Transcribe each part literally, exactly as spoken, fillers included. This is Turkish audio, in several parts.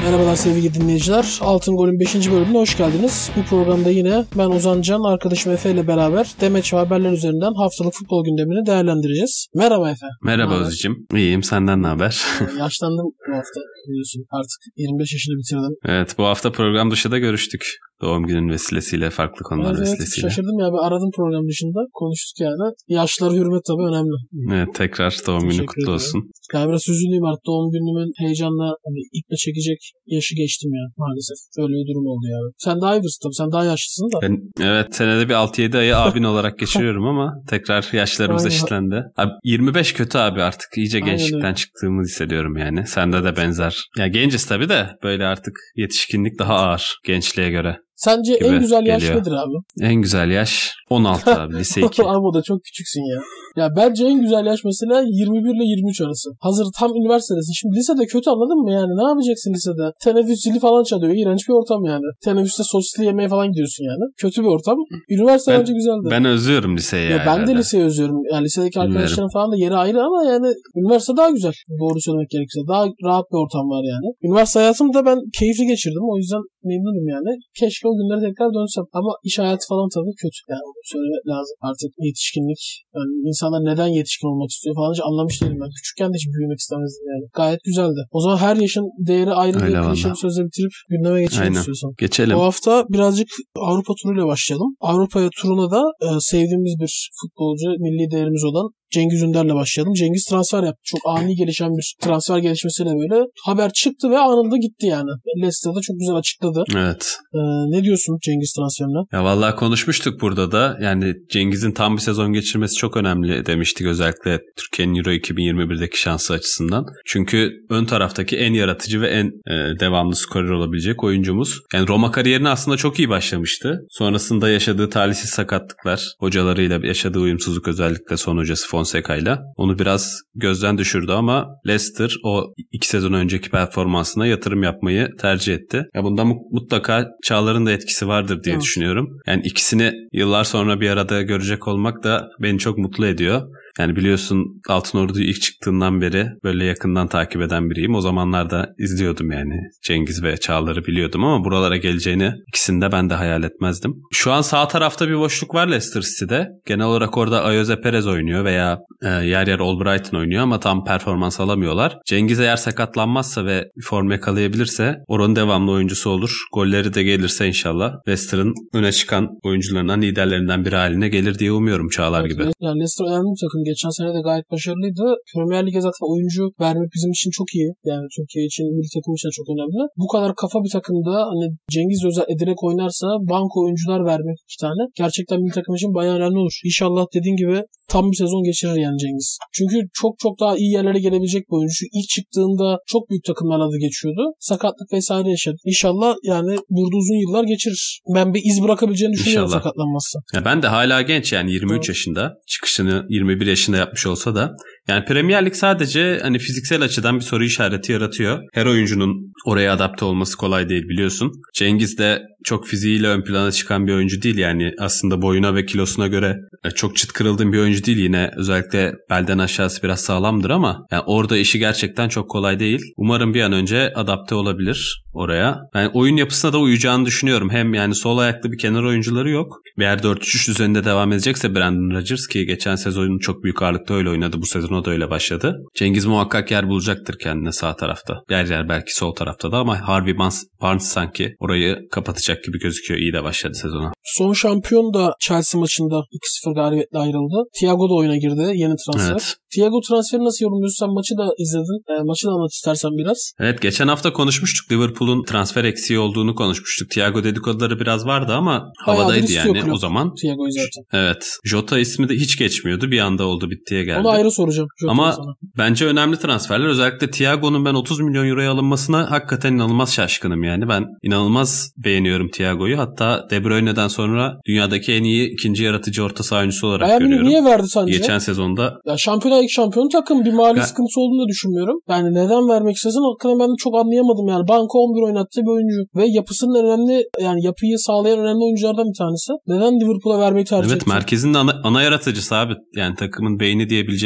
Merhabalar sevgili dinleyiciler. Altın Gol'ün beşinci bölümüne hoş geldiniz. Bu programda yine ben Ozan Can, arkadaşım Efe ile beraber demeç ve haberler üzerinden haftalık futbol gündemini değerlendireceğiz. Merhaba Efe. Merhaba Özcüğüm. İyiyim, senden ne haber? Yaşlandım bu hafta biliyorsun. Artık yirmi beş yaşını bitirdim. Evet, bu hafta program dışında görüştük. Doğum günün vesilesiyle, farklı konular evet, vesilesiyle. Evet, şaşırdım ya. Ben aradım program dışında. Konuştuk yani. Yaşlara hürmet tabii önemli. Evet, tekrar doğum günü kutlu olsun. Ya biraz üzüldüğüm artık. Doğum günümün heyecanla hani iple çekecek yaşı geçtim ya maalesef. Öyle bir durum oldu yani. Sen daha iyi bilirsin tabii. Sen daha yaşlısın da. Ben, evet, senede bir altı yedi ayı abin olarak geçiriyorum ama tekrar yaşlarımız Aynen. eşitlendi. Abi, yirmi beş kötü abi, artık iyice Aynen gençlikten öyle. çıktığımı hissediyorum yani. Sende de benzer. Ya genciz tabii de böyle artık yetişkinlik daha ağır gençliğe göre. Sence en güzel yaş geliyor. nedir abi? En güzel yaş on altı abi, lise iki. Abi o da çok küçüksün ya. Ya bence en güzel yaş mesela yirmi bir ile yirmi üç arası. Hazır tam üniversitedesin. Şimdi lisede kötü, anladın mı yani? Ne yapacaksın lisede? Teneffüs zili falan çalıyor. İğrenç bir ortam yani. Teneffüste sosisli yemeye falan gidiyorsun yani. Kötü bir ortam. Üniversite ben, bence güzeldi. Ben özlüyorum liseyi ya. Ya ben de liseyi özlüyorum. Yani lisedeki arkadaşlarım falan da yeri ayrı ama yani üniversite daha güzel. Doğru söylemek gerekirse. Daha rahat bir ortam var yani. Üniversite hayatımı da ben keyifli geçirdim. O yüzden memnunum yani. Keşke o günlere tekrar dönsem. Ama iş hayatı falan tabii kötü. Yani onu söylemek lazım. Artık yetişkinlik. Yani insanlar neden yetişkin olmak istiyor falan hiç anlamış değilim ben. Küçükken de hiç büyümek istemezdim yani. Gayet güzeldi. O zaman her yaşın değeri ayrı bir klişe bir sözle bitirip gündeme geçelim istiyorsan. Geçelim. Bu hafta birazcık Avrupa turuyla başlayalım. Avrupa turuna da e, sevdiğimiz bir futbolcu, milli değerimiz olan Cengiz Ünder'le başlayalım. Cengiz transfer yaptı. Çok ani gelişen bir transfer gelişmesiyle böyle haber çıktı ve anında gitti yani. Leicester'da çok güzel açıkladı. Evet. Ee, ne diyorsun Cengiz transferine? Ya vallahi konuşmuştuk burada da. Yani Cengiz'in tam bir sezon geçirmesi çok önemli demiştik, özellikle Türkiye'nin Euro iki bin yirmi birdeki şansı açısından. Çünkü ön taraftaki en yaratıcı ve en e, devamlı skorer olabilecek oyuncumuz. Yani Roma kariyerine aslında çok iyi başlamıştı. Sonrasında yaşadığı talihsiz sakatlıklar, hocalarıyla yaşadığı uyumsuzluk, özellikle son hocası Fonseca'yla onu biraz gözden düşürdü ama Leicester o iki sezon önceki performansına yatırım yapmayı tercih etti. Ya bunda mutlaka Çağlar'ın da etkisi vardır diye evet. düşünüyorum. Yani ikisini yıllar sonra bir arada görecek olmak da beni çok mutlu ediyor. Yani biliyorsun Altınordu'yu ilk çıktığından beri böyle yakından takip eden biriyim. O zamanlarda izliyordum yani. Cengiz ve Çağlar'ı biliyordum ama buralara geleceğini ikisini de ben de hayal etmezdim. Şu an sağ tarafta bir boşluk var Leicester City'de. Genel olarak orada Ayoze Perez oynuyor veya e, yer yer Albrighton oynuyor ama tam performans alamıyorlar. Cengiz eğer sakatlanmazsa ve form yakalayabilirse oranın devamlı oyuncusu olur. Golleri de gelirse inşallah Leicester'ın öne çıkan oyuncularından, liderlerinden biri haline gelir diye umuyorum Çağlar evet, gibi. Yani Leicester önemli bir takım. Geçen sene de gayet başarılıydı. Premier Lig'e zaten oyuncu vermek bizim için çok iyi. Yani Türkiye için, milli takım için çok önemli. Bu kadar kafa bir takımda hani Cengiz özel ederek oynarsa banko oyuncular vermek iki tane gerçekten milli takım için bayağı önemli olur. İnşallah dediğin gibi tam bir sezon geçirir yani Cengiz. Çünkü çok çok daha iyi yerlere gelebilecek bir oyuncu. İlk çıktığında çok büyük takımlarla da geçiyordu. Sakatlık vesaire yaşadı. İnşallah yani burada uzun yıllar geçirir. Ben bir iz bırakabileceğini düşünüyorum İnşallah. Sakatlanmazsa. Ya ben de hala genç yani yirmi üç evet. yaşında. Çıkışını yirmi bir yaşında yapmış olsa da. Yani Premier Lig sadece hani fiziksel açıdan bir soru işareti yaratıyor. Her oyuncunun oraya adapte olması kolay değil biliyorsun. Cengiz de çok fiziğiyle ön plana çıkan bir oyuncu değil yani aslında boyuna ve kilosuna göre çok çıt kırıldığın bir oyuncu değil, yine özellikle belden aşağısı biraz sağlamdır ama yani orada işi gerçekten çok kolay değil. Umarım bir an önce adapte olabilir oraya. Yani oyun yapısına da uyacağını düşünüyorum. Hem yani sol ayaklı bir kenar oyuncuları yok. Eğer dört üç üç düzeninde devam edecekse Brandon Rodgers, ki geçen sezonun çok büyük ağırlıkta öyle oynadı, bu sezon o da öyle başladı. Cengiz muhakkak yer bulacaktır kendine sağ tarafta. Yer yer belki sol tarafta da ama Harvey Barnes sanki orayı kapatacak gibi gözüküyor. İyi de başladı sezona. Son şampiyon da Chelsea maçında iki sıfır galibiyetle ayrıldı. Thiago da oyuna girdi. Yeni transfer. Evet. Thiago transferi nasıl yorumluyorsun? Sen maçı da izledin. E, maçı da anlat istersen biraz. Evet, geçen hafta konuşmuştuk. Liverpool'un transfer eksiği olduğunu konuşmuştuk. Thiago dedikoduları biraz vardı ama havadaydı yani klub. O zaman. Thiago'yu zaten. Evet. Jota ismi de hiç geçmiyordu. Bir anda oldu bittiye geldi. Onu ayrı soracağım. Jota'yı ama sana. Bence önemli transferler. Özellikle Thiago'nun ben otuz milyon euroya alınmasına hakikaten inanılmaz şaşkınım yani. Ben inanılmaz beğeniyorum Thiago'yu. Hatta De Bruyne'den sonra dünyadaki en iyi ikinci yaratıcı orta saha oyuncusu olarak Ayağını görüyorum. Niye verdi sence? Geçen sezonda. Ya Şampiyonlar Ligi şampiyonu takım, bir mali ya... sıkıntısı olduğunu da düşünmüyorum. Yani neden vermek istesin hakikaten ben de çok anlayamadım yani. Banko on bir oynattığı bir oyuncu ve yapısının önemli, yani yapıyı sağlayan önemli oyunculardan bir tanesi. Neden Liverpool'a vermeyi tercih evet, etti? Evet, merkezin ana, ana yaratıcısı abi. Yani takımın beyni diyebileceğimiz bir oyuncu.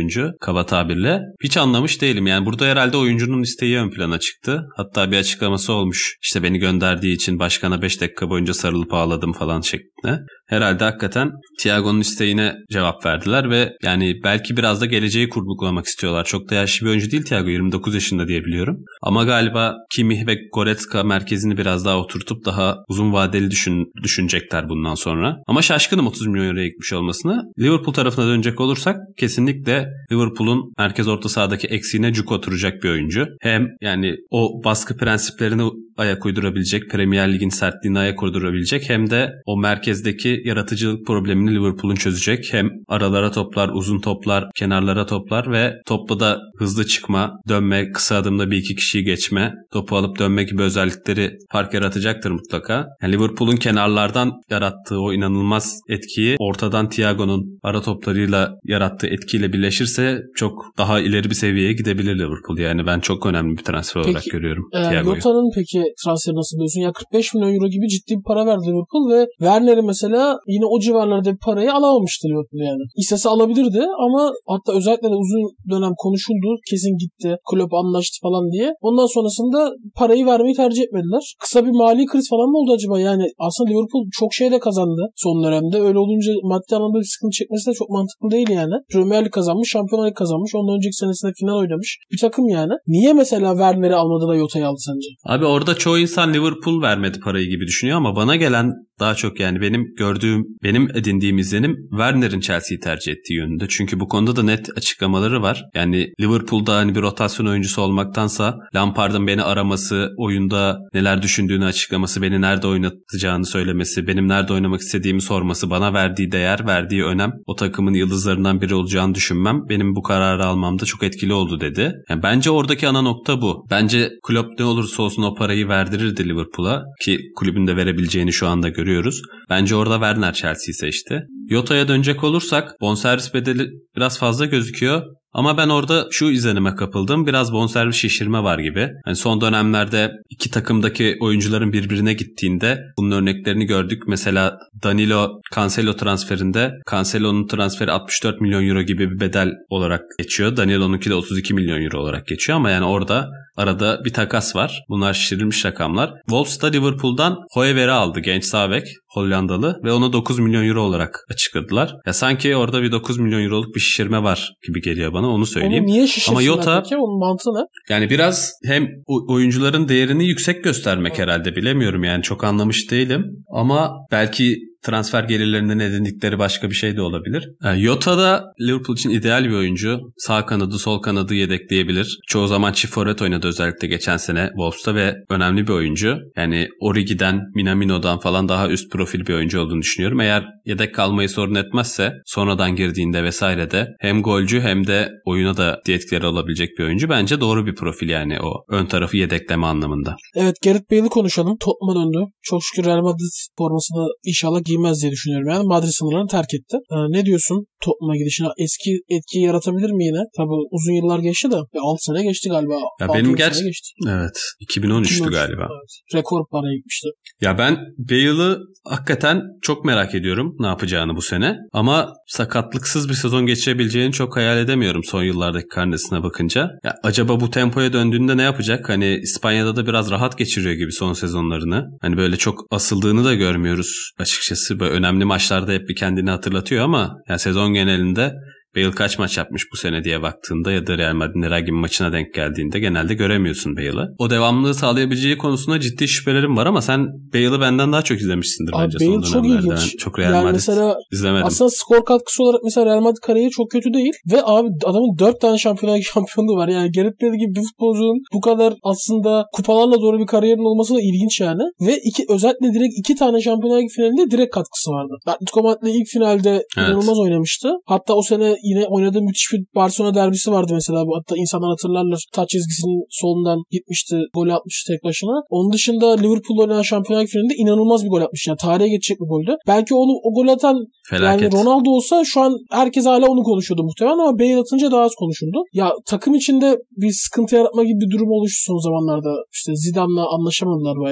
oyuncu kaba tabirle. Hiç anlamış değilim. Yani burada herhalde oyuncunun isteği ön plana çıktı. Hatta bir açıklaması olmuş. İşte beni gönderdiği için başkana beş dakika boyunca sarılıp ağladım falan şeklinde. Herhalde hakikaten Thiago'nun isteğine cevap verdiler ve yani belki biraz da geleceği kurgulamak istiyorlar. Çok da yaşlı bir oyuncu değil Thiago, yirmi dokuz yaşında diye biliyorum. Ama galiba Kimmich ve Goretzka merkezini biraz daha oturtup daha uzun vadeli düşün, düşünecekler bundan sonra. Ama şaşkınım otuz milyon euroya gitmiş olmasına. Liverpool tarafına dönecek olursak kesinlikle Liverpool'un merkez orta sahadaki eksiğine cuk oturacak bir oyuncu. Hem yani o baskı prensiplerini ayak uydurabilecek, Premier Lig'in sertliğine ayak uydurabilecek, hem de o merkezdeki yaratıcılık problemini Liverpool'un çözecek. Hem aralara toplar, uzun toplar, kenarlara toplar ve topla da hızlı çıkma, dönme, kısa adımda bir iki kişiyi geçme, topu alıp dönme gibi özellikleri fark yaratacaktır mutlaka. Yani Liverpool'un kenarlardan yarattığı o inanılmaz etkiyi ortadan Thiago'nun ara toplarıyla yarattığı etkiyle birleşirse çok daha ileri bir seviyeye gidebilir Liverpool. Yani ben çok önemli bir transfer olarak peki, görüyorum e, Thiago'yu. Yota'nın peki transferi nasıl diyorsun? Ya kırk beş milyon euro gibi ciddi bir para verdi Liverpool ve Werner'i mesela yine o civarlarda bir parayı alamamıştı Liverpool yani. İstese alabilirdi ama hatta özellikle de uzun dönem konuşuldu. Kesin gitti. Klopp anlaştı falan diye. Ondan sonrasında parayı vermeyi tercih etmediler. Kısa bir mali kriz falan mı oldu acaba? Yani aslında Liverpool çok şey de kazandı son dönemde. Öyle olunca maddi anlamda bir sıkıntı çekmesi de çok mantıklı değil yani. Premier Lig kazanmış, Şampiyonlar Lig kazanmış. Ondan önceki senesinde final oynamış bir takım yani. Niye mesela Werner'i almadı da Jota'yı aldı sence? Abi orada çoğu insan Liverpool vermedi parayı gibi düşünüyor ama bana gelen daha çok yani benim gördüğüm, benim edindiğim izlenim Werner'in Chelsea'yi tercih ettiği yönünde. Çünkü bu konuda da net açıklamaları var. Yani Liverpool'da hani bir rotasyon oyuncusu olmaktansa Lampard'ın beni araması, oyunda neler düşündüğünü açıklaması, beni nerede oynatacağını söylemesi, benim nerede oynamak istediğimi sorması, bana verdiği değer, verdiği önem, o takımın yıldızlarından biri olacağını düşünmem benim bu kararı almamda çok etkili oldu dedi. Yani bence oradaki ana nokta bu. Bence Klopp ne olursa olsun o parayı verdirirdi Liverpool'a ki kulübün de verebileceğini şu anda görüyoruz. Bence orada Werner Chelsea'yi seçti. Jota'ya dönecek olursak bonservis bedeli biraz fazla gözüküyor. Ama ben orada şu izlenime kapıldım. Biraz bonservis şişirme var gibi. Yani son dönemlerde iki takımdaki oyuncuların birbirine gittiğinde bunun örneklerini gördük. Mesela Danilo Cancelo transferinde Cancelo'nun transferi altmış dört milyon euro gibi bir bedel olarak geçiyor. Danilo'nunki de otuz iki milyon euro olarak geçiyor ama yani orada arada bir takas var. Bunlar şişirilmiş rakamlar. Wolves da Liverpool'dan Højbjerg'i aldı, genç sağ bek, Hollandalı ve ona dokuz milyon euro olarak açıkladılar. Ya sanki orada bir dokuz milyon euroluk bir şişirme var gibi geliyor bana, onu söyleyeyim. Onu niye şişirsinler ama Jota, peki? Onun mantığı ne? Yani biraz hem oyuncuların değerini yüksek göstermek herhalde, bilemiyorum yani çok anlamış değilim. Ama belki transfer gelirlerinden edindikleri başka bir şey de olabilir. Yani Jota da Liverpool için ideal bir oyuncu. Sağ kanadı, sol kanadı yedekleyebilir. Çoğu zaman çift forvet oynadı özellikle geçen sene Wolves'ta ve önemli bir oyuncu. Yani Origi'den, Minamino'dan falan daha üst profil bir oyuncu olduğunu düşünüyorum. Eğer yedek kalmayı sorun etmezse sonradan girdiğinde vesaire de hem golcü hem de oyuna da etkileri olabilecek bir oyuncu. Bence doğru bir profil yani o ön tarafı yedekleme anlamında. Evet, Gareth Bale'i konuşalım. Tottenham'a döndü. Çok şükür Real Madrid formasını inşallah giymez diye düşünüyorum. Yani Madrid sınırlarını terk etti. Ee, ne diyorsun Tottenham'a gidişine? Eski etkiyi yaratabilir mi yine? Tabii uzun yıllar geçti de. altı sene geçti galiba. Ya benim gerçi evet iki bin on üçtü galiba. Evet. Rekor paraya gitmişti. Ya ben Bale'ı hakikaten çok merak ediyorum ne yapacağını bu sene. Ama sakatlıksız bir sezon geçirebileceğini çok hayal edemiyorum son yıllardaki karnesine bakınca. Ya acaba bu tempoya döndüğünde ne yapacak? Hani İspanya'da da biraz rahat geçiriyor gibi son sezonlarını. Hani böyle çok asıldığını da görmüyoruz açıkçası. Böyle önemli maçlarda hep bir kendini hatırlatıyor ama ya sezon genelinde Bale kaç maç yapmış bu sene diye baktığında ya da Real Madrid'in herhangi bir maçına denk geldiğinde genelde göremiyorsun Bale'ı. O devamlılığı sağlayabileceği konusunda ciddi şüphelerim var ama sen Bale'ı benden daha çok izlemişsindir abi bence Bale son dönemlerde. Çok ilginç. Ben çok Real yani Madrid mesela izlemedim. Aslında skor katkısı olarak mesela Real Madrid kariyeri çok kötü değil ve abi adamın dört tane Şampiyonlar Ligi şampiyonluğu var. Yani Gareth Bale gibi bir futbolcunun bu kadar aslında kupalarla doğru bir kariyerin olması da ilginç yani. Ve iki, özellikle direkt iki tane Şampiyonlar Ligi finalinde direkt katkısı vardı. Atletico Madrid'le ilk finalde evet. inanılmaz oynamıştı. Hatta o sene yine oynadığı müthiş bir Barcelona derbisi vardı mesela. Hatta insanlar hatırlarlar. Taç çizgisinin solundan gitmişti. Gol atmıştı tek başına. Onun dışında Liverpool'la oynanan Şampiyonlar Ligi finalinde inanılmaz bir gol atmış. Yani tarihe geçecek bir goldü. Belki onu o gol atan Felaket. Yani Ronaldo olsa şu an herkes hala onu konuşuyordu muhtemelen ama Bale atınca daha az konuşuldu. Ya takım içinde bir sıkıntı yaratma gibi bir durum oluştu son zamanlarda. İşte Zidane'la anlaşamadılar bayağı bir.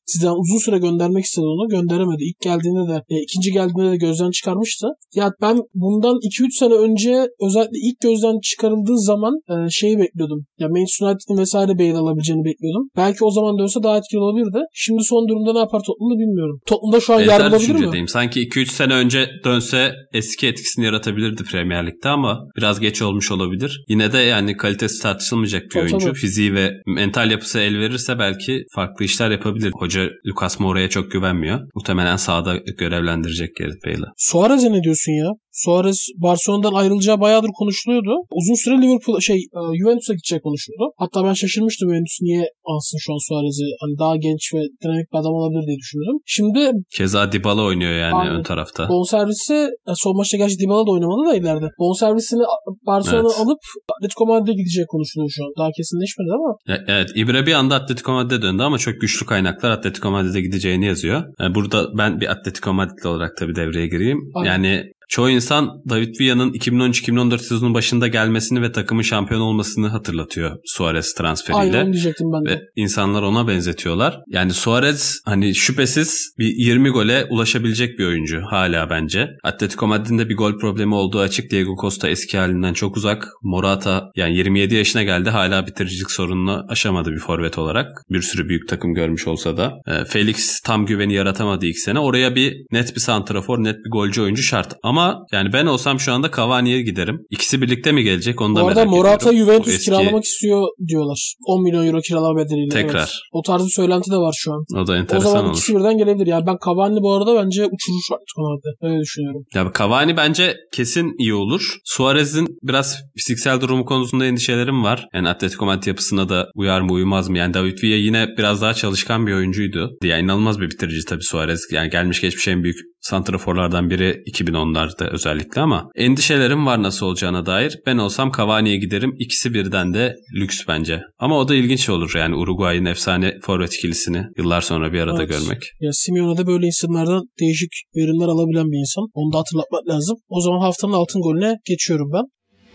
Zidane uzun süre göndermek istedi onu. Gönderemedi. İlk geldiğinde de e, ikinci geldiğinde de gözden çıkarmıştı. Ya ben bundan iki üç sene önce özellikle ilk gözden çıkarıldığı zaman e, şeyi bekliyordum. Ya Manchester United'ın vesaire Bale alabileceğini bekliyordum. Belki o zaman dönse daha etkili olabilirdi. Şimdi son durumda ne yapar Tottenham'da bilmiyorum. Tottenham'da şu an yer bulabilir mi? Sanki iki üç sene önce dönse eski etkisini yaratabilirdi Premier Lig'de ama biraz geç olmuş olabilir. Yine de yani kalitesi tartışılmayacak bir oyuncu. Tabii. Fiziği ve mental yapısı el verirse belki farklı işler yapabilir. Hoca Lucas Moura'ya çok güvenmiyor. Muhtemelen sahada görevlendirecek Gareth Bale'ı. Suarez'e ne diyorsun ya? Suarez Barcelona'dan ayrılacağı bayağıdır konuşuluyordu. Uzun süre Liverpool şey Juventus'a gidecek konuşuluyordu. Hatta ben şaşırmıştım Juventus niye alsın şu an Suarez'i. Hani daha genç ve dinamik bir adam olabilir diye düşünüyorum. Şimdi keza Dybala oynuyor yani aynen. Ön tarafta. Bonservisi son maçta gerçi Dybala da oynamadı da ileride. Bonservisini Barcelona evet. alıp Atletico Madrid'e gidecek konuşuluyor şu an. Daha kesinleşmedi ama. Ya, evet İbre bir anda Atletico Madrid'e döndü ama çok güçlü kaynaklar Atletico Madrid'e gideceğini yazıyor. Yani burada ben bir Atletico Madrid'li olarak tabii devreye gireyim. Aynen. Yani çoğu insan David Villa'nın iki bin on üç iki bin on dört sezonun başında gelmesini ve takımın şampiyon olmasını hatırlatıyor Suarez transferiyle. Aynen diyecektim ben de. Ve insanlar ona benzetiyorlar. Yani Suarez hani şüphesiz bir yirmi gole ulaşabilecek bir oyuncu hala bence. Atletico Madrid'in de bir gol problemi olduğu açık. Diego Costa eski halinden çok uzak. Morata yani yirmi yedi yaşına geldi. Hala bitiricilik sorununu aşamadı bir forvet olarak. Bir sürü büyük takım görmüş olsa da. Felix tam güveni yaratamadı ilk sene. Oraya bir net bir santrafor, net bir golcü oyuncu şart. Ama yani ben olsam şu anda Cavani'ye giderim. İkisi birlikte mi gelecek onu da merak ediyorum. Bu arada Morata Juventus eski... kiralamak istiyor diyorlar. on milyon euro kiralama bedeliyle. Tekrar. Evet. O tarz bir söylenti de var şu an. O da enteresan olur. O zaman olur. ikisi birden gelebilir. Yani ben Cavani bu arada bence uçurur artık. Öyle düşünüyorum. Ya Cavani bence kesin iyi olur. Suarez'in biraz fiziksel durumu konusunda endişelerim var. Yani Atletico Madrid yapısına da uyar mı uymaz mı? Yani David Villa yine biraz daha çalışkan bir oyuncuydu. Yani inanılmaz bir bitirici tabii Suarez. Yani gelmiş geçmiş en büyük santraforlardan biri iki bin onlarda özellikle ama endişelerim var nasıl olacağına dair. Ben olsam Cavani'ye giderim. İkisi birden de lüks bence. Ama o da ilginç olur yani Uruguay'ın efsane forvet ikilisini yıllar sonra bir arada evet. görmek. Ya Simeone de böyle insanlardan değişik verimler alabilen bir insan. Onu da hatırlatmak lazım. O zaman haftanın altın golüne geçiyorum ben.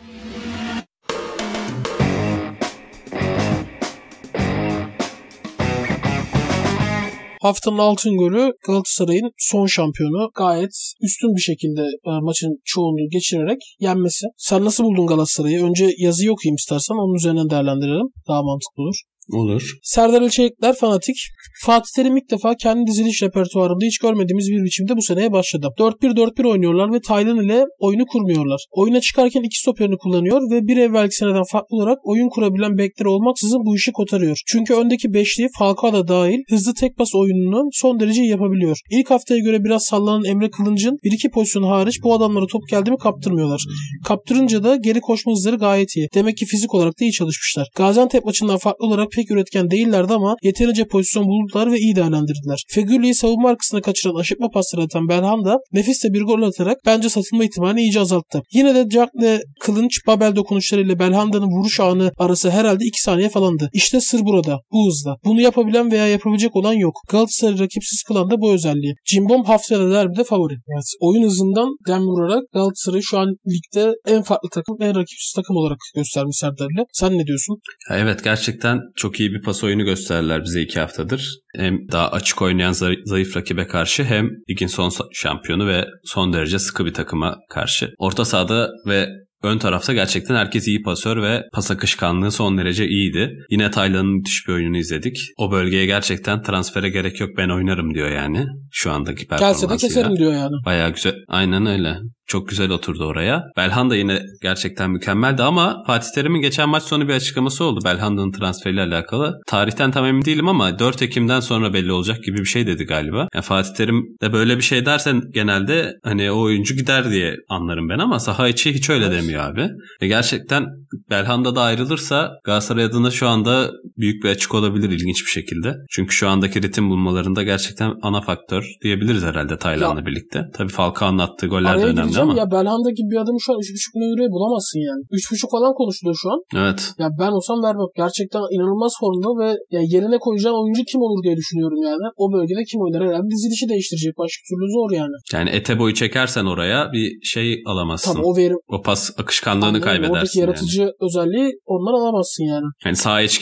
Haftanın altın golü Galatasaray'ın son şampiyonu gayet üstün bir şekilde maçın çoğunluğu geçirerek yenmesi. Sen nasıl buldun Galatasaray'ı? Önce yazıyı okuyayım istersen onun üzerinden değerlendirelim. Daha mantıklı olur. Olur. Serdar Elçelikler fanatik. Fatih Terim ilk defa kendi diziliş repertuarında hiç görmediğimiz bir biçimde bu seneye başladı. dört bir dört bir oynuyorlar ve Taylan ile oyunu kurmuyorlar. Oyuna çıkarken iki stoperini kullanıyor ve bir evvelki seneden farklı olarak oyun kurabilen bekleri olmaksızın bu işi kotarıyor. Çünkü öndeki beşliği Falcao da dahil hızlı tek pas oyununu son derece yapabiliyor. İlk haftaya göre biraz sallanan Emre Kılınç'ın bir iki pozisyonu hariç bu adamlara top geldi mi kaptırmıyorlar. Kaptırınca da geri koşma hızları gayet iyi. Demek ki fizik olarak da iyi çalışmışlar. Gaziantep maçından farklı olarak pek üretken değillerdi ama yeterince pozisyon buldular ve iyi değerlendirdiler. Fegüli'yi savunma arkasına kaçıran aşırtma pasları atan Belhanda nefisle bir gol atarak bence satılma ihtimalini iyice azalttı. Yine de Jack'le Kılınç Babel dokunuşlarıyla Belhanda'nın vuruş anı arası herhalde iki saniye falandı. İşte sır burada. Bu hızda. Bunu yapabilen veya yapabilecek olan yok. Galatasaray'ı rakipsiz kılan da bu özelliği. Cimbom haftaya derbide favori. Evet, oyun hızından dem vurarak Galatasaray'ı şu an ligde en farklı takım, en rakipsiz takım olarak göstermiş Serdar'la. Sen ne diyorsun? Ya evet gerçekten çok iyi bir pas oyunu gösterdiler bize iki haftadır. Hem daha açık oynayan zayıf rakibe karşı hem ligin son şampiyonu ve son derece sıkı bir takıma karşı. Orta sahada ve ön tarafta gerçekten herkes iyi pasör ve pas akışkanlığı son derece iyiydi. Yine Taylan'ın müthiş bir oyununu izledik. O bölgeye gerçekten transfere gerek yok ben oynarım diyor yani. Şu andaki performansıyla. Gelse de keserim diyor yani. Bayağı güzel. Aynen öyle. Çok güzel oturdu oraya. Belhanda yine gerçekten mükemmeldi ama Fatih Terim'in geçen maç sonu bir açıklaması oldu Belhanda'nın transferiyle alakalı. Tarihten tam emin değilim ama dört Ekim'den sonra belli olacak gibi bir şey dedi galiba. Yani Fatih Terim de böyle bir şey dersen genelde hani o oyuncu gider diye anlarım ben ama saha içi hiç öyle evet. demiyor abi. Ve gerçekten Belhanda da ayrılırsa Galatasaray adına şu anda büyük bir açık olabilir ilginç bir şekilde. Çünkü şu andaki ritim bulmalarında gerçekten ana faktör diyebiliriz herhalde Taylan'la birlikte. Tabii Falcao'nun attığı goller de önemli. Ama. Ya Belhanda gibi bir adamı şu an üç buçuk milyon euroya bulamazsın yani. üç buçuk falan konuşuluyor şu an. Evet. Ya ben olsam vermem. Gerçekten inanılmaz formda ve ya yerine koyacağın oyuncu kim olur diye düşünüyorum yani. O bölgede kim oynar? Herhalde dizilişi değiştirecek. Başka türlü zor yani. Yani Etebo'yu çekersen oraya bir şey alamazsın. Tabii o verim. O pas akışkanlığını Anladım. kaybedersin. Oradaki yaratıcı yani. özelliği ondan alamazsın yani. Yani saha iç gibi düşündüğümüz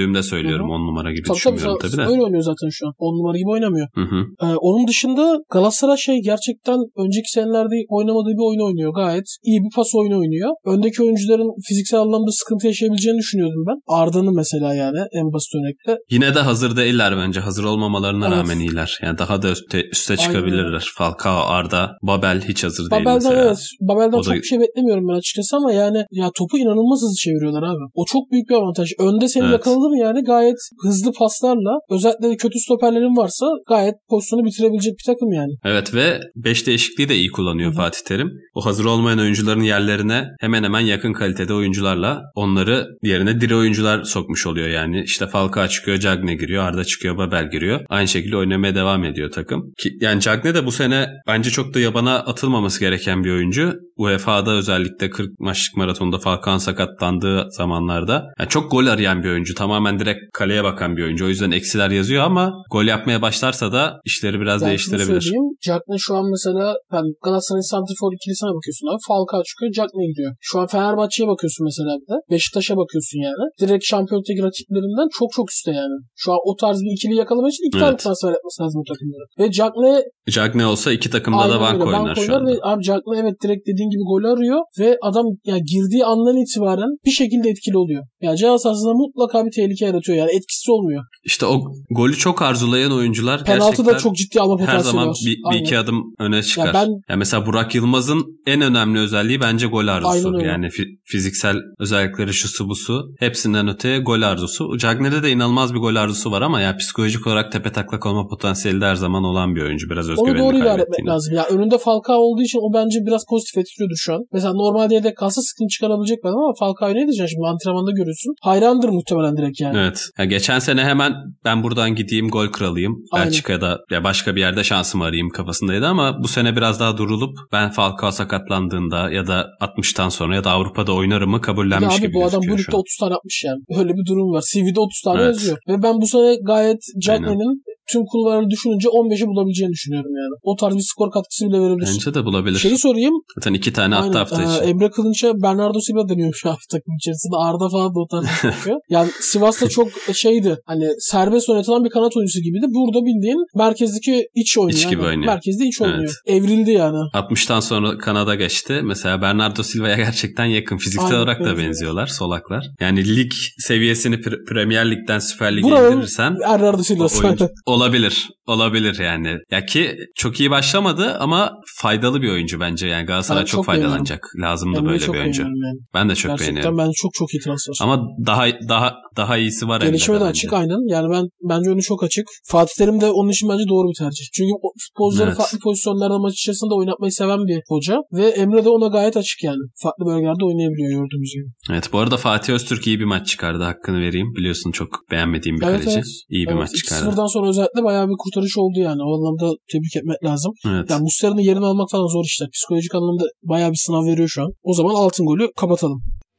düşündüğümde söylüyorum. on numara gibi tabii, düşünmüyorum tabii, tabii de. Öyle oynuyor zaten şu an. on numara gibi oynamıyor. Hı hı. Ee, onun dışında Galatasaray şey gerçekten önceki senelerde oynamadığı bir oyun oynuyor. Gayet iyi bir pas oyunu oynuyor. Öndeki oyuncuların fiziksel anlamda sıkıntı yaşayabileceğini düşünüyordum ben. Arda'nın mesela yani en basit örnekte. Yine de hazır değiller bence. Hazır olmamalarına evet. rağmen iyiler. Yani daha da üste, üste çıkabilirler. Aynen. Falcao, Arda, Babel hiç hazır Babel'den değil mesela. Evet. Babel'den o çok da... bir şey beklemiyorum ben açıkçası ama yani ya topu inanılmaz hızlı çeviriyorlar abi. O çok büyük bir avantaj. Önde seni evet. yakaladı mı yani gayet hızlı paslarla, özellikle de kötü stoperlerin varsa gayet pozisyonu bitirebilecek bir takım yani. Evet ve beş değişikliği de iyi kullanıyor Hı-hı. Fatih Terim. O hazır olmayan oyuncuların yerlerine hemen hemen yakın kalitede oyuncularla onları yerine diri oyuncular sokmuş oluyor yani. İşte Falcao çıkıyor, Cagne giriyor, Arda çıkıyor, Babel giriyor. Aynı şekilde oynamaya devam ediyor takım. Ki, yani Cagne de bu sene bence çok da yabana atılmaması gereken bir oyuncu. U E F A'da özellikle kırk maçlık maratonda Falcao sakatlandığı zamanlarda yani çok gol arayan bir oyuncu. Tamamen direkt kaleye bakan bir oyuncu. O yüzden eksiler yazıyor ama gol yapmaya başlarsa da işleri biraz ben değiştirebilir. Cagne şu an mesela yani Galatasaray'ın santrifor ikilisine bakıyorsun abi. Falcao çıkıyor, Cagne gidiyor. Şu an Fenerbahçe'ye bakıyorsun mesela bir de. Beşiktaş'a bakıyorsun yani. Direkt şampiyonluk rakiplerinden çok çok üstte yani. Şu an o tarz bir ikili yakalamak için iki evet. tane transfer yapması lazım bu takımlara. Ve Cagne Cagne olsa iki takımda da bank oynar bank şu anda. Ve abi Cagne evet direkt dediğin gibi gol arıyor ve adam yani girdiği andan itibaren bir şekilde etkili oluyor. Yani ceza sahasında mutlaka bir tehlike yaratıyor yani etkisiz olmuyor. İşte o golü çok arzulayan oyuncular penaltı gerçekten da çok ciddi alma potansiyeli her zaman var. bir, bir iki adım öne çıkar. Ya ben, yani mesela Burak Yılmaz'ın en önemli özelliği bence gol arzusu. Yani fi- fiziksel özellikleri şusu busu hepsinden öte gol arzusu. Cagne'de de inanılmaz bir gol arzusu var ama ya psikolojik olarak tepe taklak olma potansiyeli de her zaman olan bir oyuncu. Biraz özgüvenini kaybettiğini. Onu doğru idare etmek lazım. Ya önünde Falcao olduğu için o bence biraz pozitif etkiliyordur şu an. Mesela normalde yedek kalsa sıkıntı çıkarabilecek ben ama Falcao'yu ne diyeceksin şimdi antrenmanda görüyorsun. Hayrandır muhtemelen direkt yani. Evet. Ya geçen sene hemen ben buradan gideyim gol kralıyım. Aynen. Belçika'da ya başka bir yerde şansımı arayayım kafasındaydı ama bu sene biraz daha durulup ben Falcao sakatlandığında ya da altmıştan sonra ya da Avrupa'da oynarımı kabullenmiş gibi gözüküyor. Ya abi bu adam bu ligde otuz tane atmış yani. Öyle bir durum var. C V'de otuz tane evet. yazıyor. Ve ben bu sene gayet Cagne'nin tüm kulvarları düşününce on beşi bulabileceğini düşünüyorum yani. O tarz bir skor katkısı bile verebilir. Bence de bulabilir. Şeyi sorayım. Zaten iki tane attı hafta içi. Ee, Emre Kılınç'a Bernardo Silva deniyor şu hafta takım içerisinde. Arda falan da o tarz yapıyor. Yani Sivas'ta çok şeydi. Hani serbest oynatılan bir kanat oyuncusu gibiydi. Burada bildiğin merkezdeki iç oynuyor. İç gibi yani. oynuyor. Merkezde iç evet. oynuyor. Evrildi yani. altmıştan sonra kanada geçti. Mesela Bernardo Silva'ya gerçekten yakın. Fiziksel Aynen, olarak da benziyor. benziyorlar solaklar. Yani lig seviyesini Pre- Premier Lig'den Süper Lig'e indirirsen Bernardo Silva olabilir. Olabilir yani. Ya ki çok iyi başlamadı ama faydalı bir oyuncu bence. Yani Galatasaray çok, çok faydalanacak. Lazımdı ben böyle bir oyuncu. Yani. Ben de çok Gerçekten beğeniyorum. Gerçekten ben çok çok iyi transfer. Ama daha daha daha iyisi var. Gelişme de açık aynen. Yani ben bence önü çok açık. Fatih Terim de onun için bence doğru bir tercih. Çünkü futbolcuları evet. farklı pozisyonlarda maç içerisinde oynatmayı seven bir hoca. Ve Emre de ona gayet açık yani. Farklı bölgelerde oynayabiliyor gördüğümüz gibi. Evet bu arada Fatih Öztürk iyi bir maç çıkardı. Hakkını vereyim. Biliyorsun çok beğenmediğim bir evet, kaleci. Evet. İyi bir evet. maç çıkardı. iki sıfırdan sonra özellikle bayağı bir kurtarış oldu yani. O anlamda tebrik etmek lazım. Evet. Yani Muslera'nın yerini almak falan zor işler. Psikolojik anlamda bayağı bir sınav veriyor şu an. O zaman altın golü kapatalım.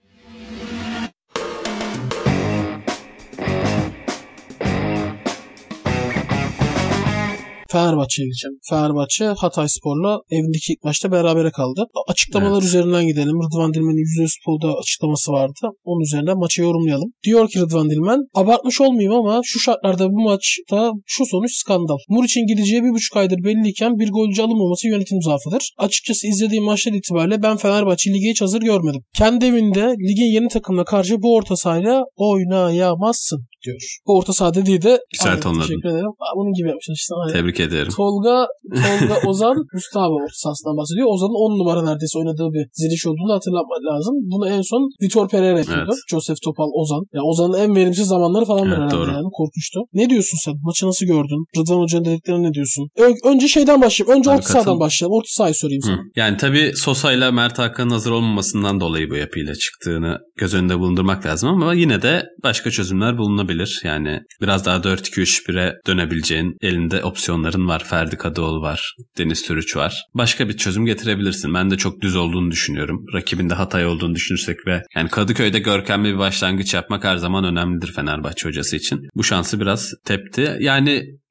Fenerbahçe'ye gideceğim. Fenerbahçe Hatayspor'la evindeki ilk maçta berabere kaldı. Açıklamalar evet. üzerinden gidelim. Rıdvan Dilmen'in Yüzde Spor'da açıklaması vardı. Onun üzerinden maçı yorumlayalım. Diyor ki Rıdvan Dilmen, abartmış olmayayım ama şu şartlarda bu maçta şu sonuç skandal. Muriç'in gideceği bir buçuk aydır belliyken bir golcü alınmaması yönetim zaafıdır. Açıkçası izlediğim maçlar itibariyle ben Fenerbahçe lige hiç hazır görmedim. Kendi evinde ligin yeni takımına karşı bu orta sahayla oynayamazsın diyor. Bu orta saha dediği de güzel tonladın. Teşekkür ederim. Bunun gibi yapmışsın işte. Aynen. Tebrik ederim. Tolga, Tolga Ozan, Mustafa orta sahasından bahsediyor. Ozan'ın on numara neredeyse oynadığı bir diziliş olduğunu hatırlatmak lazım. Bunu en son Vitor Pereira yapıyordu. Evet. Joseph Topal, Ozan. Yani Ozan'ın en verimsiz zamanları falandır evet, herhalde doğru. Yani. Korkmuştu. Ne diyorsun sen? Maçı nasıl gördün? Rıdvan Hoca'nın dediklerine ne diyorsun? Ö- önce şeyden başlayayım. Önce Abi, orta sahadan başlayalım. Orta sahayı sorayım sana. Yani tabii Sosa ile Mert Hakan'ın hazır olmamasından dolayı bu yapıyla çıktığını göz önünde bulundurmak lazım ama yine de başka çözümler bulunabilir. Yani biraz daha dört iki üç bire dönebileceğin elinde opsiyonların var. Ferdi Kadıoğlu var. Deniz Türüç var. Başka bir çözüm getirebilirsin. Ben de çok düz olduğunu düşünüyorum. Rakibinde Hatay olduğunu düşünürsek ve yani Kadıköy'de görkemli bir başlangıç yapmak her zaman önemlidir Fenerbahçe hocası için. Bu şansı biraz tepti. Yani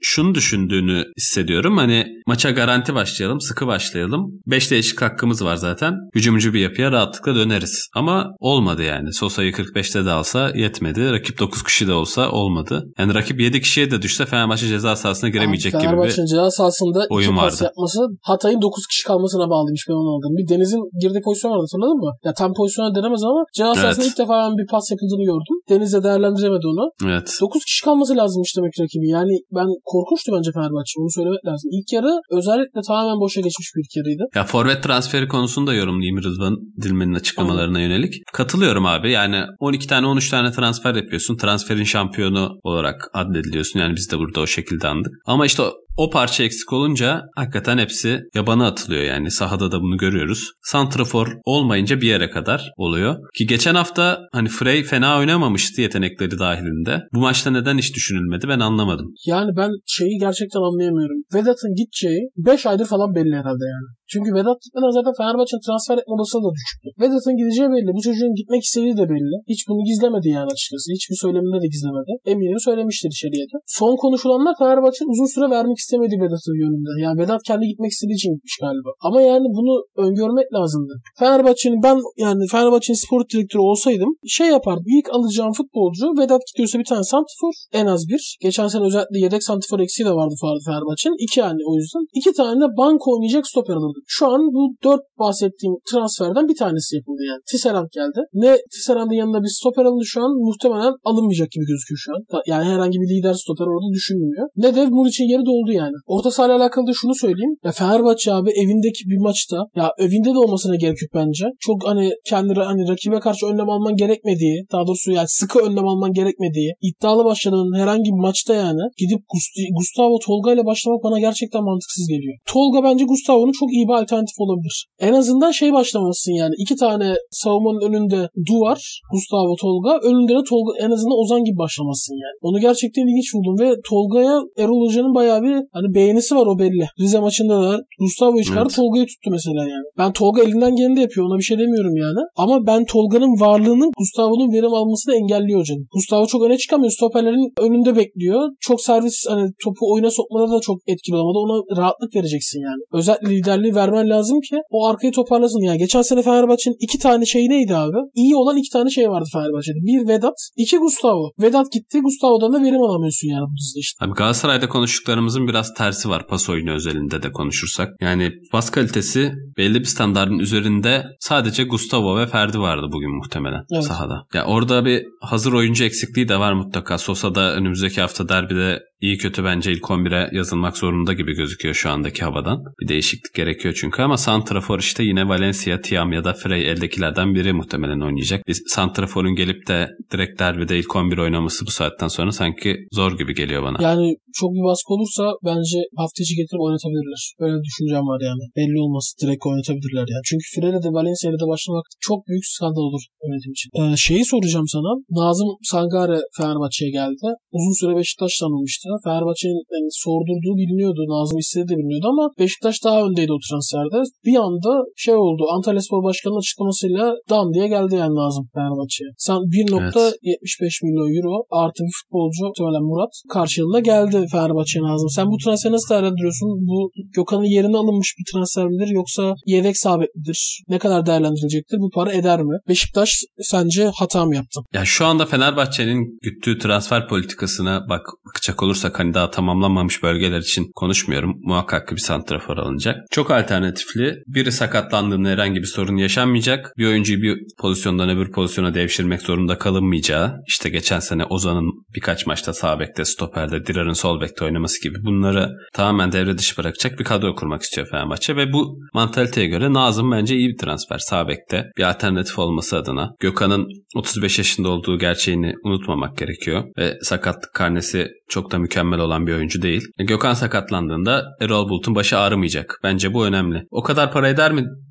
şunu düşündüğünü hissediyorum. Hani maça garanti başlayalım, sıkı başlayalım. beş değişik hakkımız var zaten. Hücumcu bir yapıya rahatlıkla döneriz. Ama olmadı yani. Sosa'yı kırk beşte de alsa yetmedi. Rakip dokuz kişi de olsa olmadı. Yani rakip yedi kişiye de düşse Fenerbahçe ceza sahasına giremeyecek abi, gibi bir ceza sahasında oyun iki pas vardı. yapması Hatay'ın dokuz kişi kalmasına bağlıymış ben onu aldım. Bir Deniz'in girdiği pozisyon vardı, hatırladın mı? Ya tam pozisyona denemez ama ceza sahasında evet. ilk defa ben bir pas yapıldığını gördüm. Deniz de değerlendiremedi onu. Evet. dokuz kişi kalması lazımmış demek rakibi. Yani ben korkunçtu bence Fenerbahçe. Onu söylemek lazım. İlk yarı özellikle tamamen boşa geçmiş bir ilk yarıydı. Ya forvet transferi konusunu da yorumlayayım Rıdvan Dilmen'in açıklamalarına Aynen. yönelik. Katılıyorum abi. Yani on iki tane on üç tane transfer yapıyorsun. Transferin şampiyonu olarak addediliyorsun. Yani biz de burada o şekilde andık. Ama işte o O parça eksik olunca hakikaten hepsi yabana atılıyor yani. Sahada da bunu görüyoruz. Santrafor olmayınca bir yere kadar oluyor. Ki geçen hafta hani Frey fena oynamamıştı yetenekleri dahilinde. Bu maçta neden hiç düşünülmedi ben anlamadım. Yani ben şeyi gerçekten anlayamıyorum. Vedat'ın gideceği beş aydır falan belli herhalde yani. Çünkü Vedat gitmeden zaten Fenerbahçe'nin transfer etme olasılığı da düşüktü. Vedat'ın gideceği belli. Bu çocuğun gitmek istediği de belli. Hiç bunu gizlemedi yani açıkçası. Hiçbir söyleminde de gizlemedi. Eminim söylemiştir içeriye de. Son konuşulanlar Fenerbahçe'nin uzun süre vermek istemediği Vedat'ın yönünde. Yani Vedat kendi gitmek istediği için gitmiş galiba. Ama yani bunu öngörmek lazımdı. Fenerbahçe'nin ben yani Fenerbahçe'nin spor direktörü olsaydım şey yapardım. İlk alacağım futbolcu Vedat gidiyorsa bir tane santifor en az bir. Geçen sene özellikle yedek santifor eksiği de vardı Fenerbahçe'nin. İki yani o yüzden. İki tane de bank oynayacak stoper alırdım. Şu an bu dört bahsettiğim transferden bir tanesi yapıldı yani. Tisserand geldi. Ne Tisserand'ın yanında bir stoper alındı şu an muhtemelen alınmayacak gibi gözüküyor şu an. Yani herhangi bir lider stoper orada düşünmüyor. Ne de Muriç'in yeri doldu yani. Orta sahayla alakalı da şunu söyleyeyim. Ya Fenerbahçe abi evindeki bir maçta ya evinde de olmasına gerek yok bence. Çok hani kendi hani rakibe karşı önlem alman gerekmediği, daha doğrusu yani sıkı önlem alman gerekmediği, iddialı başladığın herhangi bir maçta yani gidip Gustavo Tolga ile başlamak bana gerçekten mantıksız geliyor. Tolga bence Gustavo'nun çok iyi bir alternatif olabilir. En azından şey başlamasın yani. İki tane savunmanın önünde duvar Gustavo Tolga, önünde de Tolga en azından Ozan gibi başlamasın yani. Onu gerçekten ilginç buldum ve Tolga'ya Erol Hoca'nın bayağı bir hani beğenisi var o belli. Rize maçında da Gustavo'yu çıkardı evet. Tolga'yı tuttu mesela yani. Ben Tolga elinden geleni de yapıyor. Ona bir şey demiyorum yani. Ama ben Tolga'nın varlığının Gustavo'nun verim almasını engelliyor hocam. Gustavo çok öne çıkamıyor. Stoperlerin önünde bekliyor. Çok servis hani topu oyuna sokmaları da çok etkili olmadı. Ona rahatlık vereceksin yani. Özellikle liderliği vermen lazım ki o arkayı toparlasın. Yani geçen sene Fenerbahçe'nin iki tane şey neydi abi? İyi olan iki tane şey vardı Fenerbahçe'de. Bir Vedat, iki Gustavo. Vedat gitti. Gustavo'dan da verim alamıyorsun yani bu dizide işte. Abi Galatasaray'da konuştuklarımızın biraz tersi var. Pas oyunu özelinde de konuşursak. Yani pas kalitesi belli bir standardın üzerinde sadece Gustavo ve Ferdi vardı bugün muhtemelen evet. sahada. Ya orada bir hazır oyuncu eksikliği de var mutlaka. Sosa'da önümüzdeki hafta derbide iyi kötü bence ilk on bire yazılmak zorunda gibi gözüküyor şu andaki havadan. Bir değişiklik gerekiyor çünkü ama santrafor işte yine Valencia, Thiam ya da Frey eldekilerden biri muhtemelen oynayacak. Bir santraforun gelip de direkt derbide ilk on bir oynaması bu saatten sonra sanki zor gibi geliyor bana. Yani çok bir baskı olursa bence hafta içi getirip oynatabilirler. Böyle bir düşüncem var yani. Belli olması direkt oynatabilirler yani. Çünkü Frey'le de Valencia'yla de başlamak çok büyük skandal olur yönetim için. Ee, şeyi soracağım sana. Nazım Sangare Fenerbahçe'ye geldi. Uzun süre Beşiktaş'tan alınmıştı. Fenerbahçe'nin yani sordurduğu biliniyordu. Nazım istediği de biliniyordu ama Beşiktaş daha öndeydi o transferde. Bir anda şey oldu. Antalyaspor Başkanı'nın açıklamasıyla dam diye geldi yani Nazım Fenerbahçe'ye. Sen bir nokta yetmiş beş evet. milyon euro artı bir futbolcu muhtemelen Murat karşılığında geldi Fenerbahçe'ye Nazım. Sen bu transferi nasıl değerlendiriyorsun? Bu Gökhan'ın yerine alınmış bir transfer midir yoksa yedek sabit midir? Ne kadar değerlendirilecektir? Bu para eder mi? Beşiktaş sence hata mı yaptı? Ya şu anda Fenerbahçe'nin güttüğü transfer politikasına bak bakacak olursak hani daha tamamlanmamış bölgeler için konuşmuyorum. Muhakkak bir santrafor alınacak. Çok alternatifli. Biri sakatlandığında herhangi bir sorun yaşanmayacak. Bir oyuncuyu bir pozisyondan öbür pozisyona devşirmek zorunda kalınmayacağı. İşte geçen sene Ozan'ın birkaç maçta sağ bekte, stoperde, Dirar'ın sol bekte oynaması gibi bunları tamamen devre dışı bırakacak bir kadro kurmak istiyor Fenerbahçe ve bu mantaliteye göre Nazım bence iyi bir transfer. Sağ bekte bir alternatif olması adına. Gökhan'ın otuz beş yaşında olduğu gerçeğini unutmamak gerekiyor ve sakatlık karnesi çok da mükemmel olan bir oyuncu değil. Gökhan sakatlandığında Erol Bulut'un başı ağrımayacak. Bence bu önemli. O kadar para eder mi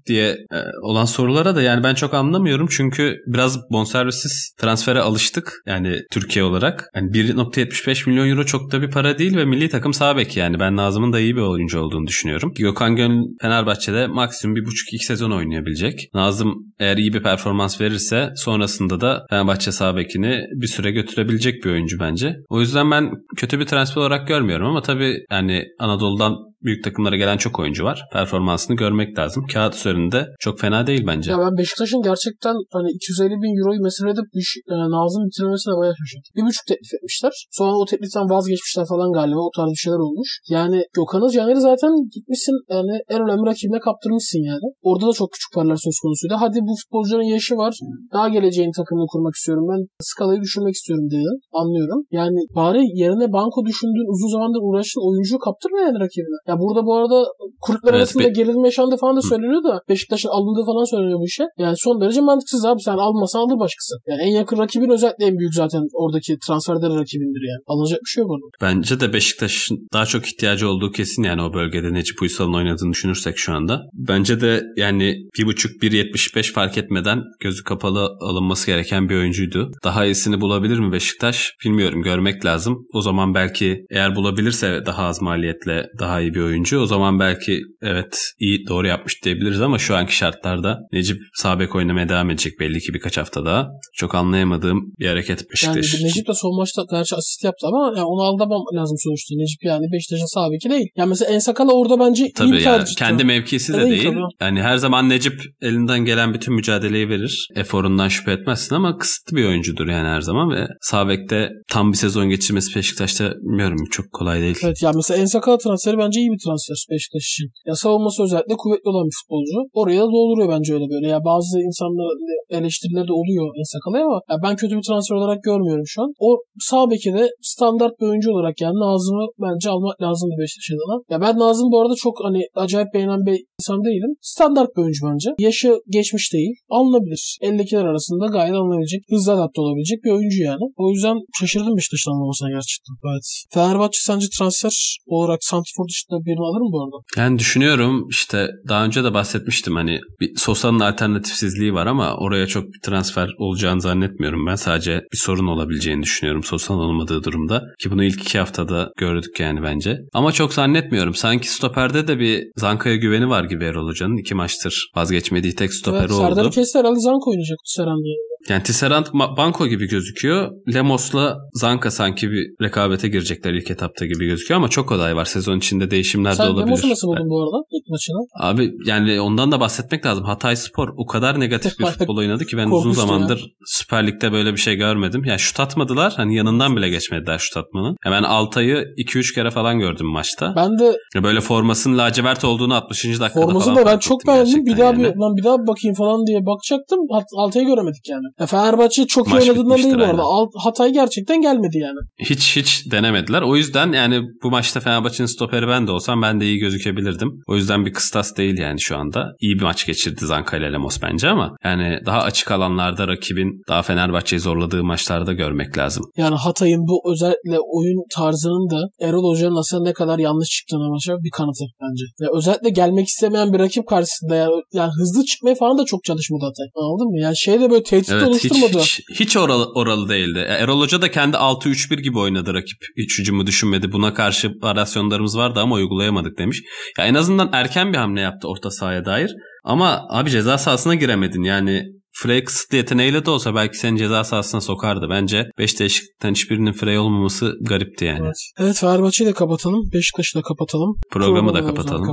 diye e, olan sorulara da yani ben çok anlamıyorum. Çünkü biraz bonservissiz transfere alıştık. Yani Türkiye olarak. Yani bir nokta yetmiş beş milyon euro çok da bir para değil ve milli takım sağ bek yani. Ben Nazım'ın da iyi bir oyuncu olduğunu düşünüyorum. Gökhan Gönül Fenerbahçe'de maksimum bir buçuk iki sezon oynayabilecek. Nazım eğer iyi bir performans verirse sonrasında da Fenerbahçe sağ bekini bir süre götürebilecek bir oyuncu bence. O yüzden ben kötü bir transfer olarak görmüyorum ama tabii yani Anadolu'dan büyük takımlara gelen çok oyuncu var. Performansını görmek lazım. Kağıt üzerinde çok fena değil bence. Ya ben Beşiktaş'ın gerçekten hani iki yüz elli bin euroyu mesele edip iş, e, Nazım bitirmesine bayağı şaşırdım. Bir buçuk teklif etmişler. Sonra o tekliften vazgeçmişler falan galiba. O tarz bir şeyler olmuş. Yani Gökhan'ı Caner'i zaten gitmişsin yani en önemli rakibine kaptırmışsın yani. Orada da çok küçük paralar söz konusuydu. Hadi bu futbolcuların yaşı var. Daha geleceğin takımını kurmak istiyorum. Ben skalayı düşürmek istiyorum dedi. Anlıyorum. Yani bari yerine banko düşündüğün uzun zamandır uğraştığın oyuncuyu kaptırma yani rakibine. Ya burada bu arada kulüpler evet, arasında be- gerilim yaşandı falan da söyleniyor da Beşiktaş'ın alındığı falan söyleniyor bu işe. Yani son derece mantıksız abi. Sen almasan alır başkası. Yani en yakın rakibin özellikle en büyük zaten oradaki transferde rakibindir yani. Alınacak bir şey yok orada. Bence de Beşiktaş'ın daha çok ihtiyacı olduğu kesin yani o bölgede Necip Uysal'ın oynadığını düşünürsek şu anda. Bence de yani bir buçuk bir yetmiş beş fark etmeden gözü kapalı alınması gereken bir oyuncuydu. Daha iyisini bulabilir mi Beşiktaş? Bilmiyorum. Görmek lazım. O zaman belki eğer bulabilirse daha az maliyetle daha iyi bir oyuncu. O zaman belki evet iyi doğru yapmış diyebiliriz ama şu anki şartlarda Necip sağ bek oynamaya devam edecek belli ki birkaç hafta daha. Çok anlayamadığım bir hareket Beşiktaş. Yani Necip de son maçta gerçi asist yaptı ama yani onu aldırmam lazım sonuçta. Necip yani Beşiktaş'ın sağ beki değil. Yani mesela Ensakala orada bence tabii iyi bir yani tercih. Kendi mevkisi de değil. değil. Yani her zaman Necip elinden gelen bütün mücadeleyi verir. Eforundan şüphe etmezsin ama kısıtlı bir oyuncudur yani her zaman ve sağ bekte tam bir sezon geçirmesi Beşiktaş'ta bilmiyorum çok kolay değil. Evet yani mesela Ensakala transferi bence iyi bir transfer Beşiktaş için. Ya savunması özellikle kuvvetli olan bir futbolcu. Oraya da dolduruyor bence öyle böyle. Ya bazı insanların eleştirileri de oluyor Ensakala'ya ama ya ben kötü bir transfer olarak görmüyorum şu an. O sağ beki de standart bir oyuncu olarak yani Nazım'ı bence almak lazımdı Beşiktaş adına. Ya ben Nazım bu arada çok hani acayip beğenen bir insan değilim. Standart bir oyuncu bence. Yaşı geçmiş değil. Alınabilir. ellikiler arasında gayet alınabilecek, hızlı adapte olabilecek bir oyuncu yani. O yüzden şaşırdım Beşiktaş'tan almamasına gerçekten. Evet. Fenerbahçe sence transfer olarak Santifor dışında birini alır mı bu arada? Yani düşünüyorum işte daha önce de bahsetmiştim hani bir Sosa'nın alternatifsizliği var ama oraya çok bir transfer olacağını zannetmiyorum ben. Sadece bir sorun olabileceğini düşünüyorum Sosa'nın olmadığı durumda. Ki bunu ilk iki haftada gördük yani bence. Ama çok zannetmiyorum. Sanki stoperde de bir Zanka'ya güveni var gibi Erol Hoca'nın. İki maçtır vazgeçmediği tek stoperi evet, oldu. Serdar Kesler Ali Zanka oynayacak Tisserand diye. Yani Tisserand banko gibi gözüküyor. Lemos'la Zanka sanki bir rekabete girecekler ilk etapta gibi gözüküyor ama çok aday var. Sezon içinde değişimler Sen de olabilir. Sen Lemos'u nasıl buldun bu arada ilk maçını? Abi yani ondan da bahsetmek lazım. Hatayspor o kadar negatif bir futbol oynadı ki ben uzun zamandır ya. Süper Lig'de böyle bir şey görmedim. Yani şut atmadılar. Hani yanından bile geçmediler şut atmanın. Hemen Altay'ı iki üç kere falan gördüm maçta. Ben de böyle formasının lacivert olduğunu altmışıncı dakikada formasını falan. Formasını da ben çok beğendim. Bir daha yani. bir, lan bir daha bir bakayım falan diye bakacaktım. Altay'ı göremedik yani. Ya Fenerbahçe çok iyi oynadığından değil bu arada. Aynen. Hatay gerçekten gelmedi yani. Hiç hiç denemediler. O yüzden yani bu maçta Fenerbahçe'nin stoperi ben de olsam ben de iyi gözükebilirdim. O yüzden bir kıstas değil yani şu anda. İyi bir maç geçirdi Zanka ile Lemos bence ama yani daha açık alanlarda rakibin daha Fenerbahçe'yi zorladığı maçlarda görmek lazım. Yani Hatay'ın bu özellikle oyun tarzının da Erol Hoca'nın aslında ne kadar yanlış çıktığına maça bir kanıtı bence. Ya özellikle gelmek istemeyen bir rakip karşısında yani, yani hızlı çıkmaya falan da çok çalışmadı Hatay. Anladın mı? Yani şeyde böyle tehdit evet, oluşturmadı. Hiç, hiç, hiç oralı, oralı değildi. Erol Hoca da kendi altı üç bir gibi oynadı rakip. Hiç hücumu düşünmedi. Buna karşı varyasyonlarımız vardı ama uygulayamadık demiş. Ya en azından erken bir hamle yaptı orta sahaya dair. Ama abi ceza sahasına giremedin. Yani Frey kısıtlı yeteneğiyle de olsa belki seni ceza sahasına sokardı. Bence beş değişiklikten hiçbirinin Frey olmaması garipti yani. Evet, evet Fenerbahçe'yi de kapatalım. Beşiktaş'ı da kapatalım. Programı da kapatalım.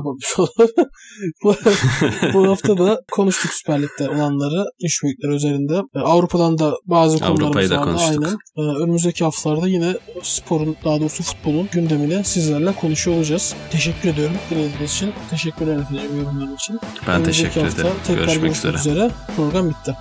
bu, bu hafta da konuştuk Süper Lig'de olanları. İş büyükleri üzerinde. Avrupa'dan da bazı konularımız vardı. Aynen. Önümüzdeki haftalarda yine sporun daha doğrusu futbolun gündemini sizlerle konuşuyor olacağız. Teşekkür ediyorum dinlediğiniz için. Teşekkürler efendim yorumlarınız için. Ben teşekkür ederim. Tekrar görüşmek üzere. üzere. Program bitti.